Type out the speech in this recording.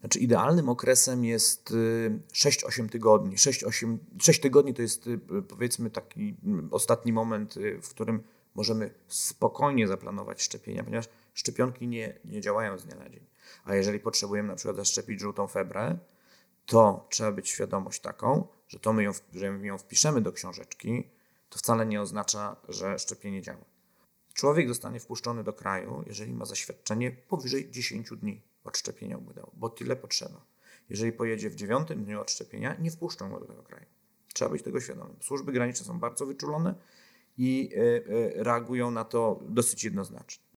Znaczy idealnym okresem jest 6-8 tygodni. 6 tygodni to jest powiedzmy taki ostatni moment, w którym możemy spokojnie zaplanować szczepienia, ponieważ szczepionki nie działają z dnia na dzień. A jeżeli potrzebujemy na przykład zaszczepić żółtą febrę, to trzeba być świadomość taką, że że my ją wpiszemy do książeczki, to wcale nie oznacza, że szczepienie działa. Człowiek zostanie wpuszczony do kraju, jeżeli ma zaświadczenie powyżej 10 dni od szczepienia obłydału, bo tyle potrzeba. Jeżeli pojedzie w 9 dniu od szczepienia, nie wpuszczą go do tego kraju. Trzeba być tego świadomym. Służby graniczne są bardzo wyczulone i reagują na to dosyć jednoznacznie.